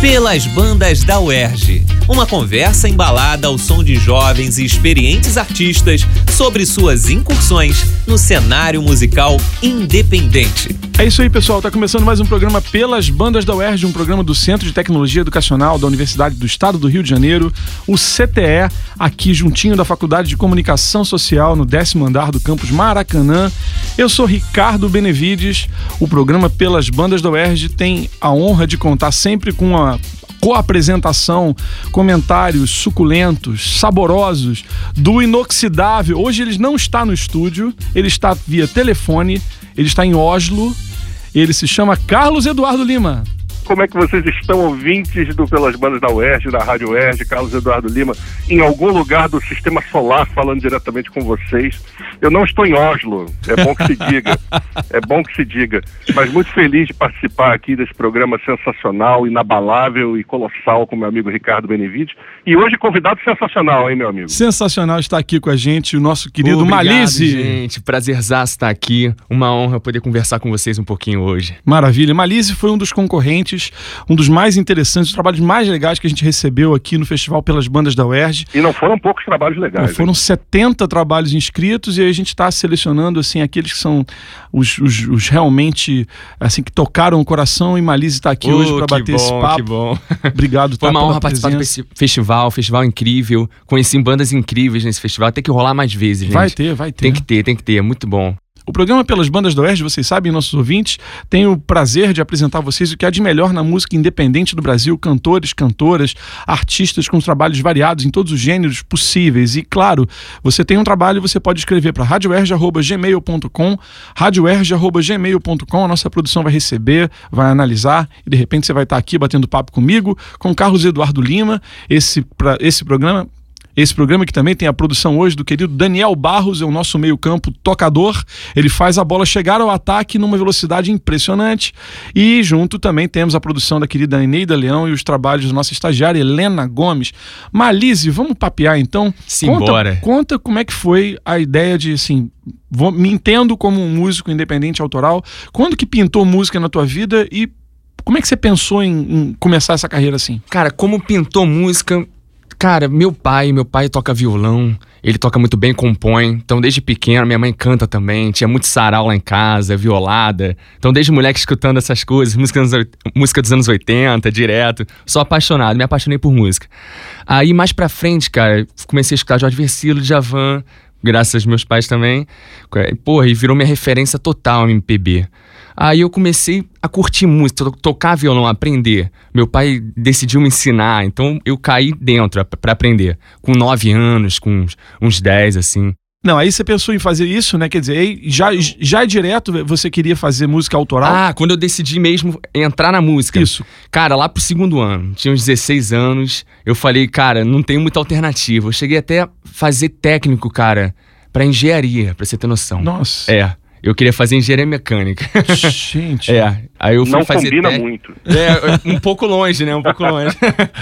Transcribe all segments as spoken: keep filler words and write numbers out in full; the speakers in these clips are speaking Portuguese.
Pelas bandas da U E R J. Uma conversa embalada ao som de jovens e experientes artistas sobre suas incursões no cenário musical independente. É isso aí, pessoal. Tá começando mais um programa Pelas Bandas da U E R J, um programa do Centro de Tecnologia Educacional da Universidade do Estado do Rio de Janeiro, o C T E, aqui juntinho da Faculdade de Comunicação Social, no décimo andar do campus Maracanã. Eu sou Ricardo Benevides. O programa Pelas Bandas da U E R J tem a honra de contar sempre com a co-apresentação, comentários suculentos, saborosos, do inoxidável. Hoje ele não está no estúdio, ele está via telefone, ele está em Oslo, ele se chama Carlos Eduardo Lima. Como é que vocês estão, ouvintes do Pelas Bandas da U E R J, da Rádio U E R J, Carlos Eduardo Lima, em algum lugar do Sistema Solar, falando diretamente com vocês. Eu não estou em Oslo, é bom que se diga, é bom que se diga, mas muito feliz de participar aqui desse programa sensacional, inabalável e colossal com meu amigo Ricardo Benevides. E hoje convidado sensacional, hein, meu amigo? Sensacional estar aqui com a gente, o nosso querido Obrigado, Malise. gente, prazerzaço estar aqui, uma honra poder conversar com vocês um pouquinho hoje. Maravilha. Malise foi um dos concorrentes, um dos mais interessantes, os trabalhos mais legais que a gente recebeu aqui no Festival Pelas Bandas da U E R J. E não foram poucos trabalhos legais. Não, foram hein? setenta trabalhos inscritos e aí a gente está selecionando assim, aqueles que são os, os, os realmente assim, que tocaram o coração, e Malise está aqui oh, hoje para bater bom, esse papo. Que bom. Obrigado. Foi tá, uma honra participar presença. desse festival, festival incrível. Conheci bandas incríveis nesse festival. Tem que rolar mais vezes, gente. Vai ter, vai ter. Tem que ter, tem que ter. É muito bom. O programa Pelas Bandas da U E R J, vocês sabem, nossos ouvintes, tem o prazer de apresentar a vocês o que há de melhor na música independente do Brasil, cantores, cantoras, artistas com trabalhos variados em todos os gêneros possíveis. E claro, você tem um trabalho, você pode escrever para rádio u e r j arroba gmail ponto com, rádio u e r j arroba gmail ponto com, a nossa produção vai receber, vai analisar e de repente você vai estar aqui batendo papo comigo, com Carlos Eduardo Lima. Esse, pra, esse programa... Esse programa que também tem a produção hoje do querido Daniel Barros, é o nosso meio-campo tocador. Ele faz a bola chegar ao ataque numa velocidade impressionante. E junto também temos a produção da querida Eneida Leão e os trabalhos da nossa estagiária Helena Gomes. Malise, vamos papear então? Simbora. Conta, conta como é que foi a ideia de, assim, vou, me entendo como um músico independente autoral. Quando que pintou música na tua vida e como é que você pensou em, em começar essa carreira assim? Cara, como pintou música... Cara, meu pai, meu pai toca violão, ele toca muito bem, compõe. Então, desde pequeno, minha mãe canta também. Tinha muito sarau lá em casa, violada. Então, desde moleque escutando essas coisas, música, música dos anos oitenta, direto. Sou apaixonado, me apaixonei por música. Aí, mais pra frente, cara, comecei a escutar Jorge Vercillo, Djavan, graças aos meus pais também. Porra, e virou minha referência total em M P B. Aí eu comecei a curtir música, tocar violão, aprender. Meu pai decidiu me ensinar, então eu caí dentro pra aprender. Com nove anos, com uns, uns dez, assim. Não, aí você pensou em fazer isso, né? Quer dizer, já, já direto você queria fazer música autoral? Ah, quando eu decidi mesmo entrar na música. Isso. Cara, lá pro segundo ano, tinha uns dezesseis anos, eu falei, cara, não tem muita alternativa. Eu cheguei até a fazer técnico, cara, pra engenharia, pra você ter noção. Nossa. É. Eu queria fazer engenharia mecânica. Gente. É, aí eu fui Não fazer combina tec... muito. É, um pouco longe, né? Um pouco longe.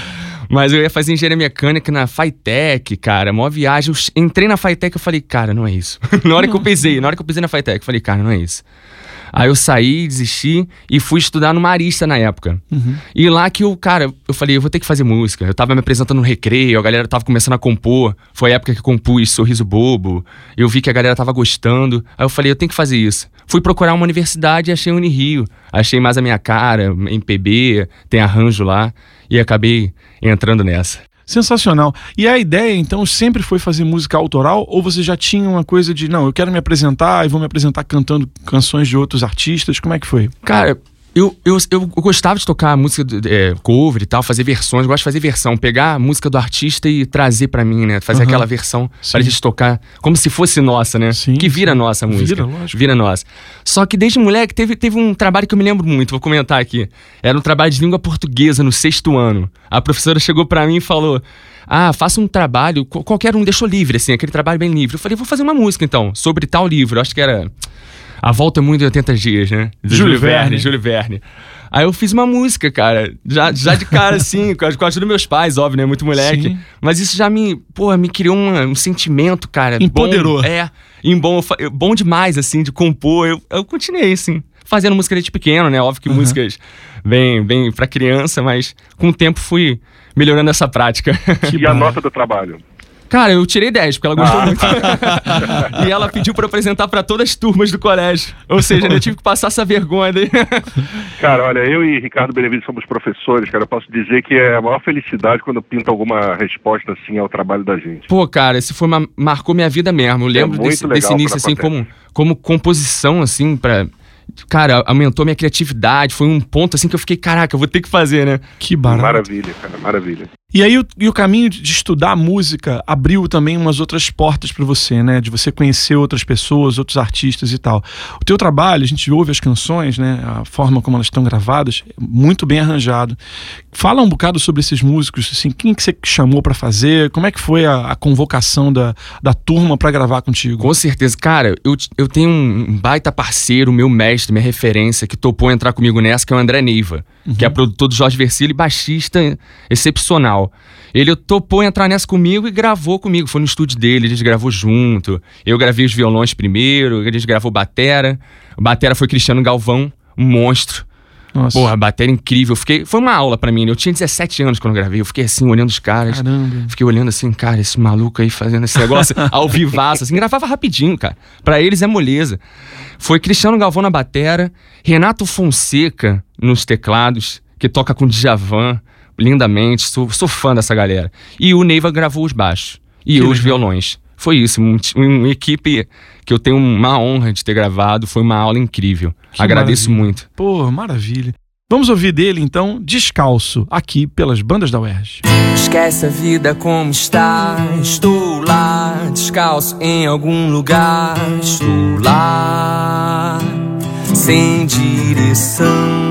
Mas eu ia fazer engenharia mecânica na Fitec, cara, maior viagem. Eu entrei na Fitec e falei, cara, não é isso. Na hora que eu pisei, na hora que eu pisei na Fitec, eu falei, cara, não é isso. Aí eu saí, desisti e fui estudar no Marista na época. Uhum. E lá que eu, cara, eu falei, eu vou ter que fazer música. Eu tava me apresentando no recreio, a galera tava começando a compor. Foi a época que eu compus Sorriso Bobo. Eu vi que a galera tava gostando. Aí eu falei, eu tenho que fazer isso. Fui procurar uma universidade e achei Unirio. Achei mais a minha cara, M P B, tem arranjo lá. E acabei entrando nessa. Sensacional. E a ideia, então, sempre foi fazer música autoral? Ou você já tinha uma coisa de, não, eu quero me apresentar e vou me apresentar cantando canções de outros artistas? Como é que foi? Cara, eu, eu, eu gostava de tocar música é, cover e tal, fazer versões. Gosto de fazer versão, pegar a música do artista e trazer pra mim, né? Fazer uhum. aquela versão sim. pra gente tocar como se fosse nossa, né? Sim, que vira sim. nossa música. Vira, lógico. Vira nossa. Só que desde moleque teve, teve um trabalho que eu me lembro muito, vou comentar aqui. Era um trabalho de língua portuguesa no sexto ano. A professora chegou pra mim e falou... Ah, faça um trabalho, qualquer um deixou livre, assim, aquele trabalho bem livre. Eu falei, vou fazer uma música, então, sobre tal livro. Eu acho que era A Volta é Muito em oitenta Dias, né? De Júlio Verne. Júlio Verne. Aí eu fiz uma música, cara, já, já de cara, assim, com a ajuda dos meus pais, óbvio, né? Muito moleque. Sim. Mas isso já me, porra, me criou uma, um sentimento, cara. Empoderou. Bom, é, em bom, bom demais, assim, de compor. Eu, eu continuei, assim. fazendo música desde pequeno, né? Óbvio que Uhum. músicas bem, bem pra criança, mas com o tempo fui melhorando essa prática. Que E a bom. nota do trabalho? Cara, eu tirei dez, porque ela gostou Ah. muito. E ela pediu pra eu apresentar pra todas as turmas do colégio. Ou seja, eu tive que passar essa vergonha daí. Cara, olha, eu e Ricardo Benevides somos professores, cara, eu posso dizer que é a maior felicidade quando pinta alguma resposta, assim, ao trabalho da gente. Pô, cara, esse foi uma, marcou minha vida mesmo. Eu lembro muito desse, legal desse início, quando assim, acontece. como, como composição, assim, pra... Cara, aumentou minha criatividade. Foi um ponto, assim, que eu fiquei, caraca, eu vou ter que fazer, né? Que barato. Maravilha, cara, maravilha. E aí o, e o caminho de de estudar música abriu também umas outras portas para você, né? De você conhecer outras pessoas, outros artistas e tal. O teu trabalho, a gente ouve as canções, né? A forma como elas estão gravadas, é muito bem arranjado. Fala um bocado sobre esses músicos, assim, quem que você chamou para fazer? Como é que foi a, a convocação da, da turma para gravar contigo? Com certeza. Cara, eu, eu tenho um baita parceiro, meu mestre, minha referência, que topou entrar comigo nessa, que é o André Neiva, Uhum. que é produtor do Jorge Versilo e baixista excepcional. Ele topou entrar nessa comigo e gravou comigo. Foi no estúdio dele, a gente gravou junto. Eu gravei os violões primeiro, a gente gravou batera. O batera foi Cristiano Galvão, um monstro. Nossa. Porra, batera incrível. Eu fiquei, foi uma aula pra mim, né? Eu tinha dezessete anos quando eu gravei. Eu fiquei assim, olhando os caras. Caramba. Fiquei olhando assim, cara, esse maluco aí fazendo esse negócio ao vivaço, assim, gravava rapidinho, cara. Pra eles é moleza. Foi Cristiano Galvão na batera, Renato Fonseca nos teclados, que toca com Djavan lindamente, sou, sou fã dessa galera. E o Neiva gravou os baixos e Que eu os legal. violões. Foi isso, um, uma equipe que eu tenho uma honra de ter gravado, foi uma aula incrível. Que Agradeço maravilha. muito. Pô, maravilha. Vamos ouvir dele, então, Descalço, aqui pelas bandas da U E R J. Esquece a vida como está. Estou lá, descalço em algum lugar. Estou lá, sem direção.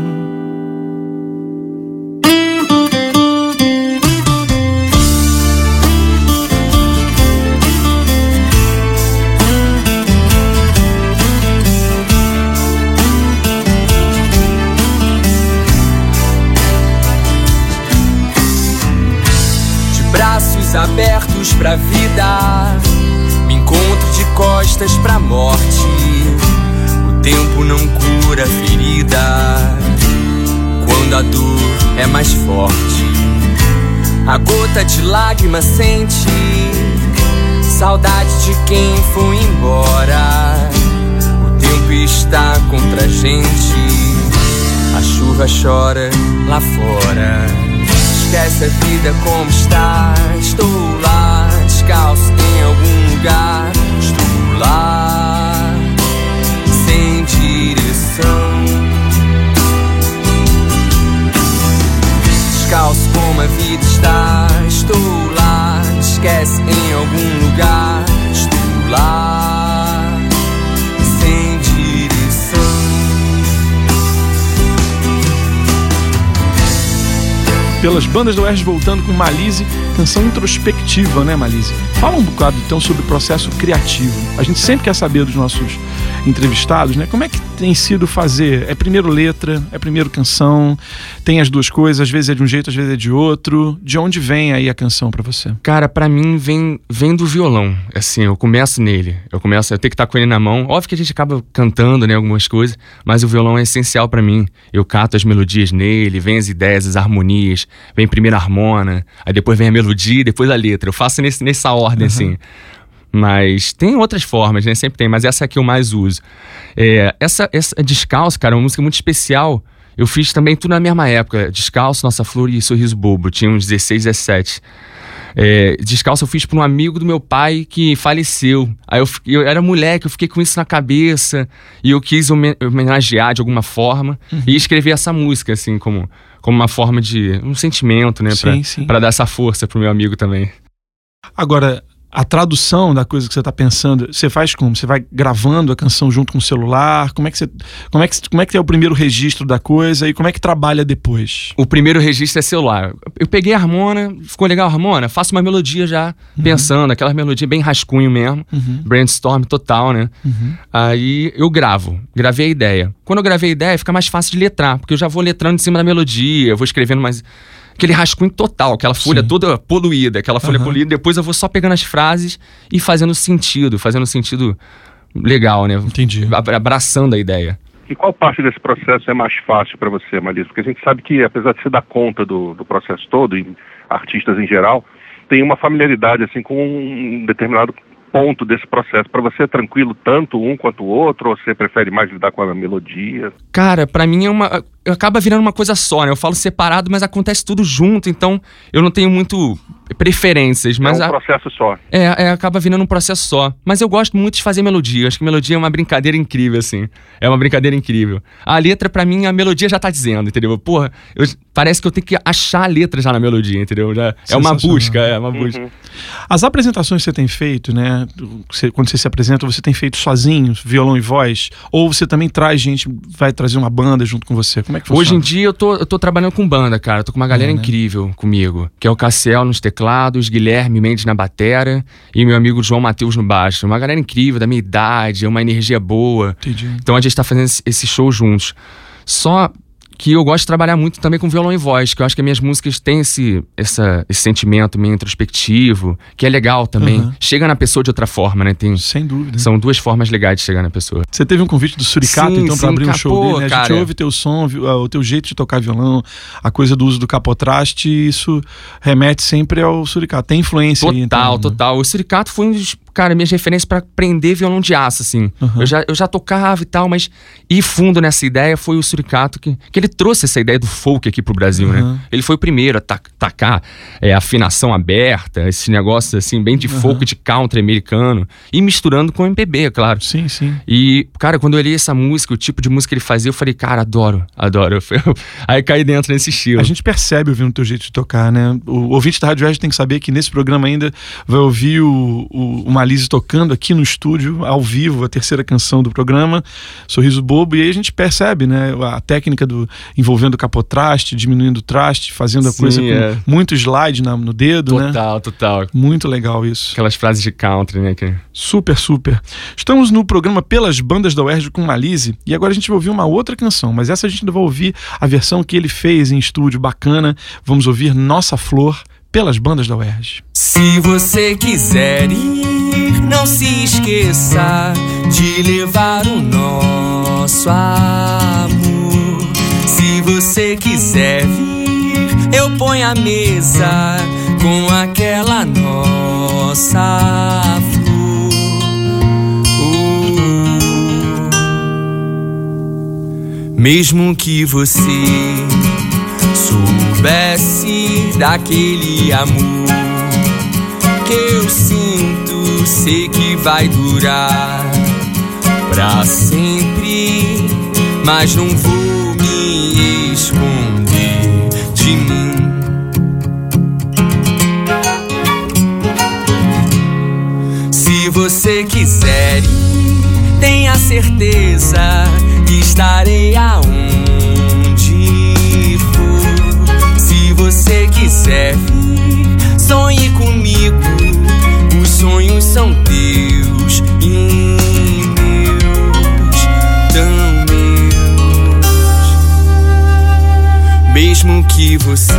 Braços abertos pra vida, me encontro de costas pra morte. O tempo não cura a ferida quando a dor é mais forte. A gota de lágrima sente saudade de quem foi embora. O tempo está contra a gente, a chuva chora lá fora. Esquece a vida como está. Estou lá, descalço em algum lugar. Estou lá, sem direção. Descalço como a vida está. Estou lá, esquece em algum lugar. Estou lá, sem direção. Pelas bandas da U E R J, voltando com Malise, canção introspectiva, né, Malise? Fala um bocado, então, sobre o processo criativo. A gente sempre quer saber dos nossos entrevistados, né? Como é que tem sido fazer? É primeiro letra, é primeiro canção, tem as duas coisas, às vezes é de um jeito, às vezes é de outro. De onde vem aí a canção pra você? Cara, pra mim vem, vem do violão. Assim, eu começo nele. Eu começo, eu tenho que estar com ele na mão. Óbvio que a gente acaba cantando, né, algumas coisas, mas o violão é essencial pra mim. Eu cato as melodias nele, vem as ideias, as harmonias, vem primeiro a harmona, aí depois vem a melodia, depois a letra. Eu faço nesse, nessa ordem, uhum. assim. Mas tem outras formas, né? Sempre tem, mas essa é a que eu mais uso. É, essa, essa Descalço, cara, é uma música muito especial. Eu fiz também tudo na mesma época. Descalço, Nossa Flor e Sorriso Bobo. Tinha uns dezesseis, dezessete. É, Descalço eu fiz para um amigo do meu pai que faleceu. Aí eu, eu era moleque, eu fiquei com isso na cabeça e eu quis homenagear de alguma forma, uhum. e escrever essa música, assim, como, como uma forma de... um sentimento, né? Sim, sim. Pra dar essa força pro meu amigo também. Agora, a tradução da coisa que você está pensando, você faz como? Você vai gravando a canção junto com o celular? Como é que você, como é que, como é que é o primeiro registro da coisa e como é que trabalha depois? O primeiro registro é celular. Eu peguei a harmona, ficou legal a harmona, faço uma melodia já, uhum. pensando, aquela melodia bem rascunho mesmo, uhum. brainstorm total, né? Uhum. Aí eu gravo, gravei a ideia. Quando eu gravei a ideia, fica mais fácil de letrar, porque eu já vou letrando em cima da melodia, eu vou escrevendo mais... aquele rascunho total, aquela folha Sim. toda poluída, aquela folha uhum. poluída, depois eu vou só pegando as frases e fazendo sentido, fazendo sentido legal, né? Entendi. Abraçando a ideia. E qual parte desse processo é mais fácil para você, Malise? Porque a gente sabe que, apesar de você dar conta do, do processo todo, e artistas em geral, tem uma familiaridade assim, com um determinado ponto desse processo. Para você é tranquilo tanto um quanto o outro, ou você prefere mais lidar com a melodia? Cara, pra mim é uma... acaba virando uma coisa só, né? Eu falo separado, mas acontece tudo junto, então eu não tenho muito preferências. Mas é um a... processo só. É, é, acaba virando um processo só. Mas eu gosto muito de fazer melodia. Acho que melodia é uma brincadeira incrível, assim. É uma brincadeira incrível. A letra, pra mim, a melodia já tá dizendo, entendeu? Porra, eu... parece que eu tenho que achar a letra já na melodia, entendeu? Já... É uma busca, é uma busca. Uhum. As apresentações que você tem feito, né? Você, quando você se apresenta, você tem feito sozinho, violão e voz? Ou você também traz gente, vai trazer uma banda junto com você? Como é que funciona? Hoje em dia eu tô, eu tô trabalhando com banda, cara. Eu tô com uma galera é, né? incrível comigo. Que é o Cassiel nos teclados, Guilherme Mendes na batera e meu amigo João Matheus no baixo. Uma galera incrível, da minha idade, uma energia boa. Entendi. Então a gente tá fazendo esse, esse show juntos. Só que eu gosto de trabalhar muito também com violão e voz, que eu acho que as minhas músicas têm esse, essa, esse sentimento meio introspectivo, que é legal também. Uhum. Chega na pessoa de outra forma, né? Tem, Sem dúvida. São duas formas legais de chegar na pessoa. Você teve um convite do Suricato, Sim, então, sim, pra abrir um cara, show pô, dele, né? A gente cara. ouve teu som, o teu jeito de tocar violão, a coisa do uso do capotraste, e isso remete sempre ao Suricato. Tem influência Total, aí, então, né? total. O Suricato foi um dos, cara, minhas referências pra aprender violão de aço, assim. Uhum. Eu, já, eu já tocava e tal, mas ir fundo nessa ideia foi o Suricato que, que ele trouxe essa ideia do folk aqui pro Brasil, Uhum. né? Ele foi o primeiro a ta- tacar é, afinação aberta, esse negócio assim, bem de Uhum. folk, de country americano, e misturando com M P B, é claro. Sim, sim. E, cara, quando eu olhei essa música, o tipo de música que ele fazia, eu falei, cara, adoro, adoro. Eu, aí caí dentro nesse estilo. A gente percebe ouvindo o teu jeito de tocar, né? O ouvinte da Rádio Oeste tem que saber que nesse programa ainda vai ouvir o, o, o Malise tocando aqui no estúdio, ao vivo, a terceira canção do programa, Sorriso Bobo, e aí a gente percebe, né? A técnica do envolvendo o capotraste, diminuindo o traste, fazendo a Sim, coisa é. com muito slide na, no dedo, né? Total, total. Muito legal isso. Aquelas frases de country, né? Que... Super, super. Estamos no programa Pelas Bandas da U E R J com Malise e agora a gente vai ouvir uma outra canção, mas essa a gente ainda vai ouvir a versão que ele fez em estúdio, bacana. Vamos ouvir Nossa Flor pelas bandas da U E R J. Se você quiser ir, não se esqueça de levar o nosso amor. Se você quiser vir, eu ponho a mesa com aquela nossa flor. Oh. Mesmo que você soubesse daquele amor que eu sinto, sei que vai durar pra sempre, mas não vou me esconder de mim. Se você quiser ir, tenha certeza que estarei aonde for. Se você quiser vir, sonhe comigo, os sonhos são teus e meus, tão meus. Mesmo que você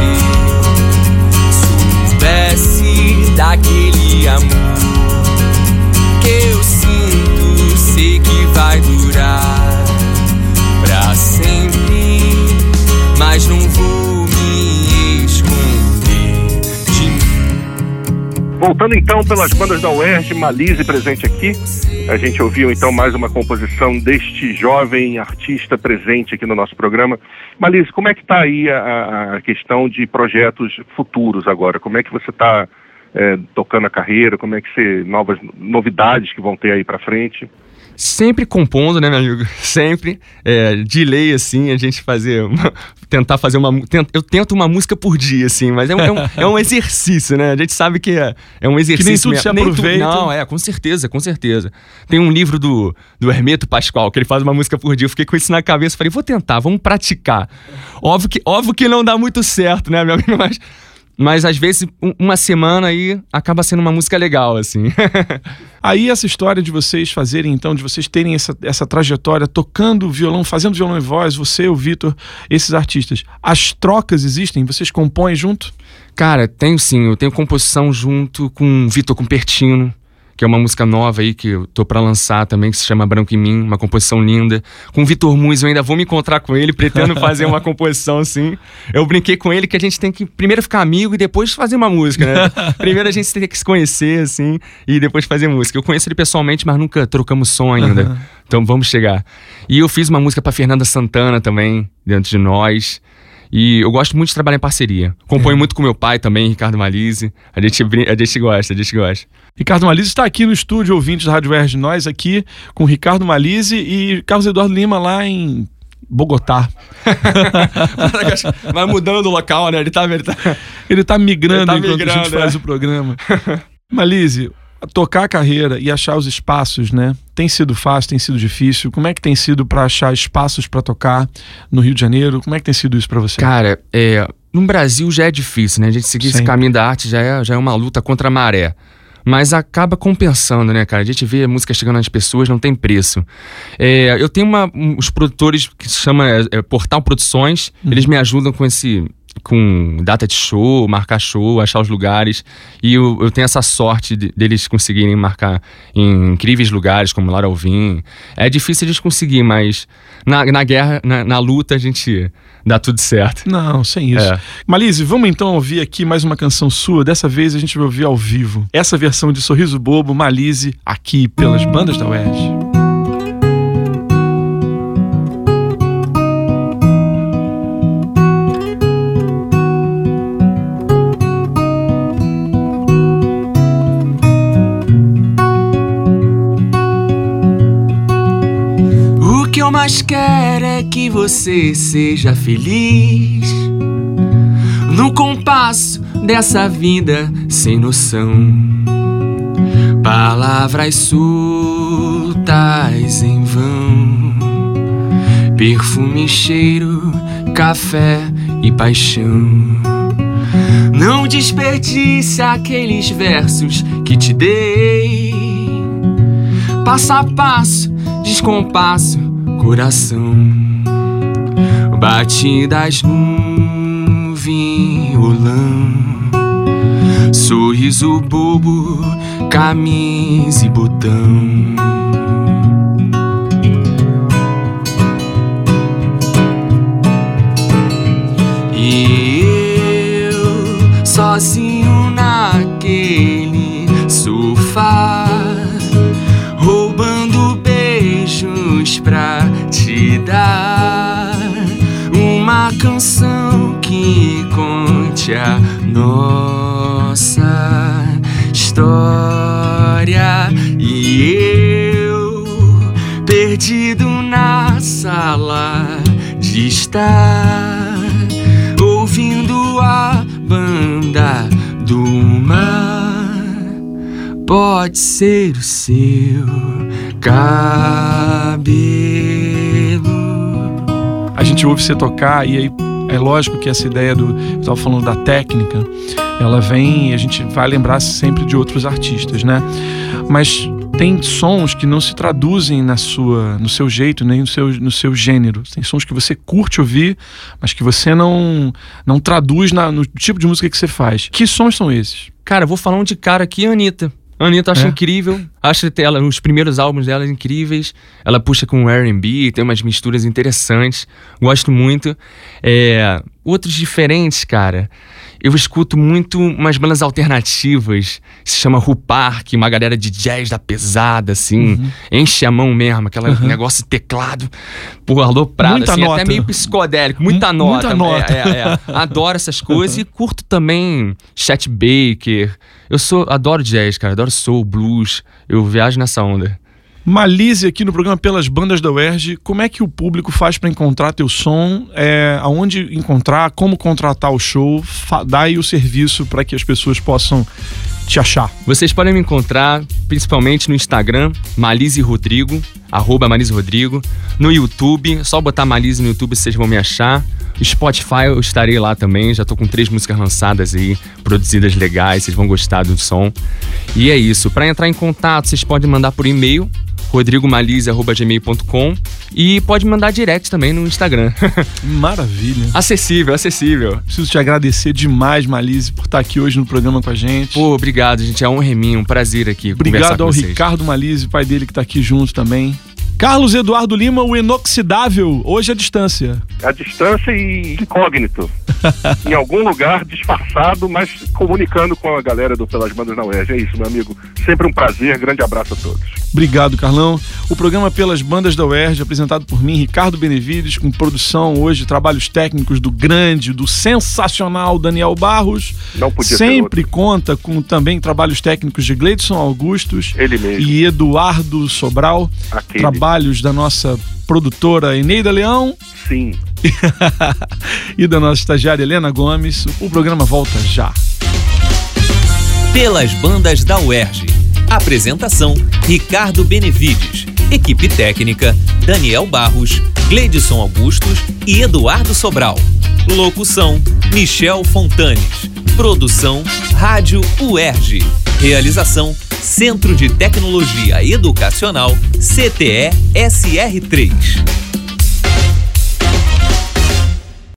soubesse daquele amor que eu sinto, sei que vai durar pra sempre, mas não vou me esconder de mim. Voltando então pelas bandas da U E R J, Malise presente aqui. A gente ouviu então mais uma composição deste jovem artista presente aqui no nosso programa. Malise, como é que está aí a, a questão de projetos futuros agora? Como é que você está é, tocando a carreira? Como é que você, novas novidades que vão ter aí para frente? Sempre compondo, né, meu amigo? Sempre. É, de lei, assim, a gente fazer... Uma, tentar fazer uma... Tent, eu tento uma música por dia, assim, mas é um, é, um, é um exercício, né? A gente sabe que é, é um exercício... Que nem tudo mesmo. se Nem aproveita. tu, não, é, com certeza, com certeza. Tem um livro do, do Hermeto Pascoal, que ele faz uma música por dia. Eu fiquei com isso na cabeça, falei, vou tentar, vamos praticar. Óbvio que, óbvio que não dá muito certo, né, meu amigo? Mas... Mas às vezes uma semana aí acaba sendo uma música legal, assim. Aí essa história de vocês fazerem, então, de vocês terem essa, essa trajetória tocando violão, fazendo violão e voz, você, o Vitor, esses artistas, as trocas existem? Vocês compõem junto? Cara, tenho sim, eu tenho composição junto com o Vitor Cupertino, que é uma música nova aí que eu tô pra lançar também, que se chama Branco em Mim, uma composição linda. Com o Vitor Muniz, eu ainda vou me encontrar com ele, pretendo fazer uma composição assim. Eu brinquei com ele que a gente tem que primeiro ficar amigo e depois fazer uma música, né? Primeiro a gente tem que se conhecer, assim, e depois fazer música. Eu conheço ele pessoalmente, mas nunca trocamos som ainda. Uhum. Então vamos chegar. E eu fiz uma música pra Fernanda Santana também, Dentro de Nós. E eu gosto muito de trabalhar em parceria. Componho é. muito com meu pai também, Ricardo Malise. A gente, a gente gosta, a gente gosta. Ricardo Malise está aqui no estúdio, ouvintes da Rádio UERJ, nós aqui com Ricardo Malise e Carlos Eduardo Lima lá em Bogotá. Vai mudando o local, né? Ele tá, ele tá... Ele tá migrando ele tá enquanto migrando, a gente faz é. o programa. Malise, tocar a carreira e achar os espaços, né? Tem sido fácil, tem sido difícil? Como é que tem sido para achar espaços para tocar no Rio de Janeiro? Como é que tem sido isso para você? Cara, é, no Brasil já é difícil, né? A gente seguir Sempre. esse caminho da arte já é, já é uma luta contra a maré. Mas acaba compensando, né, cara? A gente vê a música chegando nas pessoas, não tem preço. É, eu tenho uma, um, os produtores que se chama é, Portal Produções, uhum. eles me ajudam com esse... com data de show, marcar show, achar os lugares. E eu, eu tenho essa sorte de, deles conseguirem marcar em incríveis lugares, como Lara Alvim. É difícil eles conseguir, mas na, na guerra, na, na luta, a gente dá tudo certo. Não, sem isso. É. Malise, vamos então ouvir aqui mais uma canção sua. Dessa vez a gente vai ouvir ao vivo. Essa versão de Sorriso Bobo, Malise, aqui pelas bandas da UERJ. O que eu mais quero é que você seja feliz no compasso dessa vida sem noção. Palavras soltas em vão, perfume, cheiro, café e paixão. Não desperdice aqueles versos que te dei, passo a passo, descompasso, coração, batidas num violão, sorriso bobo, camisa e botão. E eu sozinho naquele sofá, roubando beijos pra te dar uma canção que conte a nossa história. E eu perdido na sala de estar, ouvindo a banda do mar. Pode ser o seu cabelo. A gente ouve você tocar e aí é lógico que essa ideia do... Eu estava falando da técnica, ela vem... A gente vai lembrar sempre de outros artistas, né? Mas tem sons que não se traduzem na sua, no seu jeito, nem no seu, no seu gênero. Tem sons que você curte ouvir, mas que você não, não traduz na, no tipo de música que você faz. Que sons são esses? Cara, eu vou falar um de cara aqui, a Anitta. A Anitta eu acho é. incrível, acho ela, os primeiros álbuns dela incríveis. Ela puxa com R and B, tem umas misturas interessantes, gosto muito. É, outros diferentes, cara, eu escuto muito umas bandas alternativas, se chama Ru Park, uma galera de jazz da pesada, assim, uhum. enche a mão mesmo, aquele uhum. negócio de teclado, pô, aloprado, assim, nota. Até meio psicodélico, muita M- nota. Muita nota. É, é, é. Adoro essas coisas e curto também Chet Baker. Eu sou, adoro jazz, cara, adoro soul, blues, eu viajo nessa onda. Malise aqui no programa Pelas Bandas da UERJ, como é que o público faz para encontrar teu som, é, aonde encontrar, como contratar o show, fa- dá aí o serviço para que as pessoas possam te achar. Vocês podem me encontrar principalmente no Instagram, Malise Rodrigo, arroba Malise Rodrigo, no YouTube, só botar Malise no YouTube vocês vão me achar. Spotify eu estarei lá também, já tô com três músicas lançadas aí, produzidas legais, vocês vão gostar do som. E é isso, para entrar em contato vocês podem mandar por e-mail rodrigo malise arroba gmail ponto com, e pode mandar direct também no Instagram. Maravilha. Acessível, acessível. Preciso te agradecer demais, Malise, por estar aqui hoje no programa com a gente. Pô, obrigado, gente. É um honra minha, um prazer aqui Obrigado ao conversar com vocês. Ricardo Malise, pai dele, que está aqui junto também. Carlos Eduardo Lima, o inoxidável, hoje à distância. À distância e incógnito. Em algum lugar, disfarçado, mas comunicando com a galera do Pelas Bandas na U E R J. É isso, meu amigo. Sempre um prazer. Grande abraço a todos. Obrigado, Carlão. O programa Pelas Bandas da U E R J, apresentado por mim, Ricardo Benevides, com produção hoje, trabalhos técnicos do grande, do sensacional Daniel Barros. Não podia Sempre conta com também trabalhos técnicos de Gleidson Augustos. Ele mesmo. E Eduardo Sobral. Aquele. Trabalhos da nossa produtora Eneida Leão. Sim. E da nossa estagiária Helena Gomes. O programa volta já. Pelas Bandas da U E R J. Apresentação: Ricardo Benevides. Equipe técnica: Daniel Barros, Gleidson Augustos e Eduardo Sobral. Locução: Michel Fontanes. Produção: Rádio U E R J. Realização: Centro de Tecnologia Educacional C T E S R três.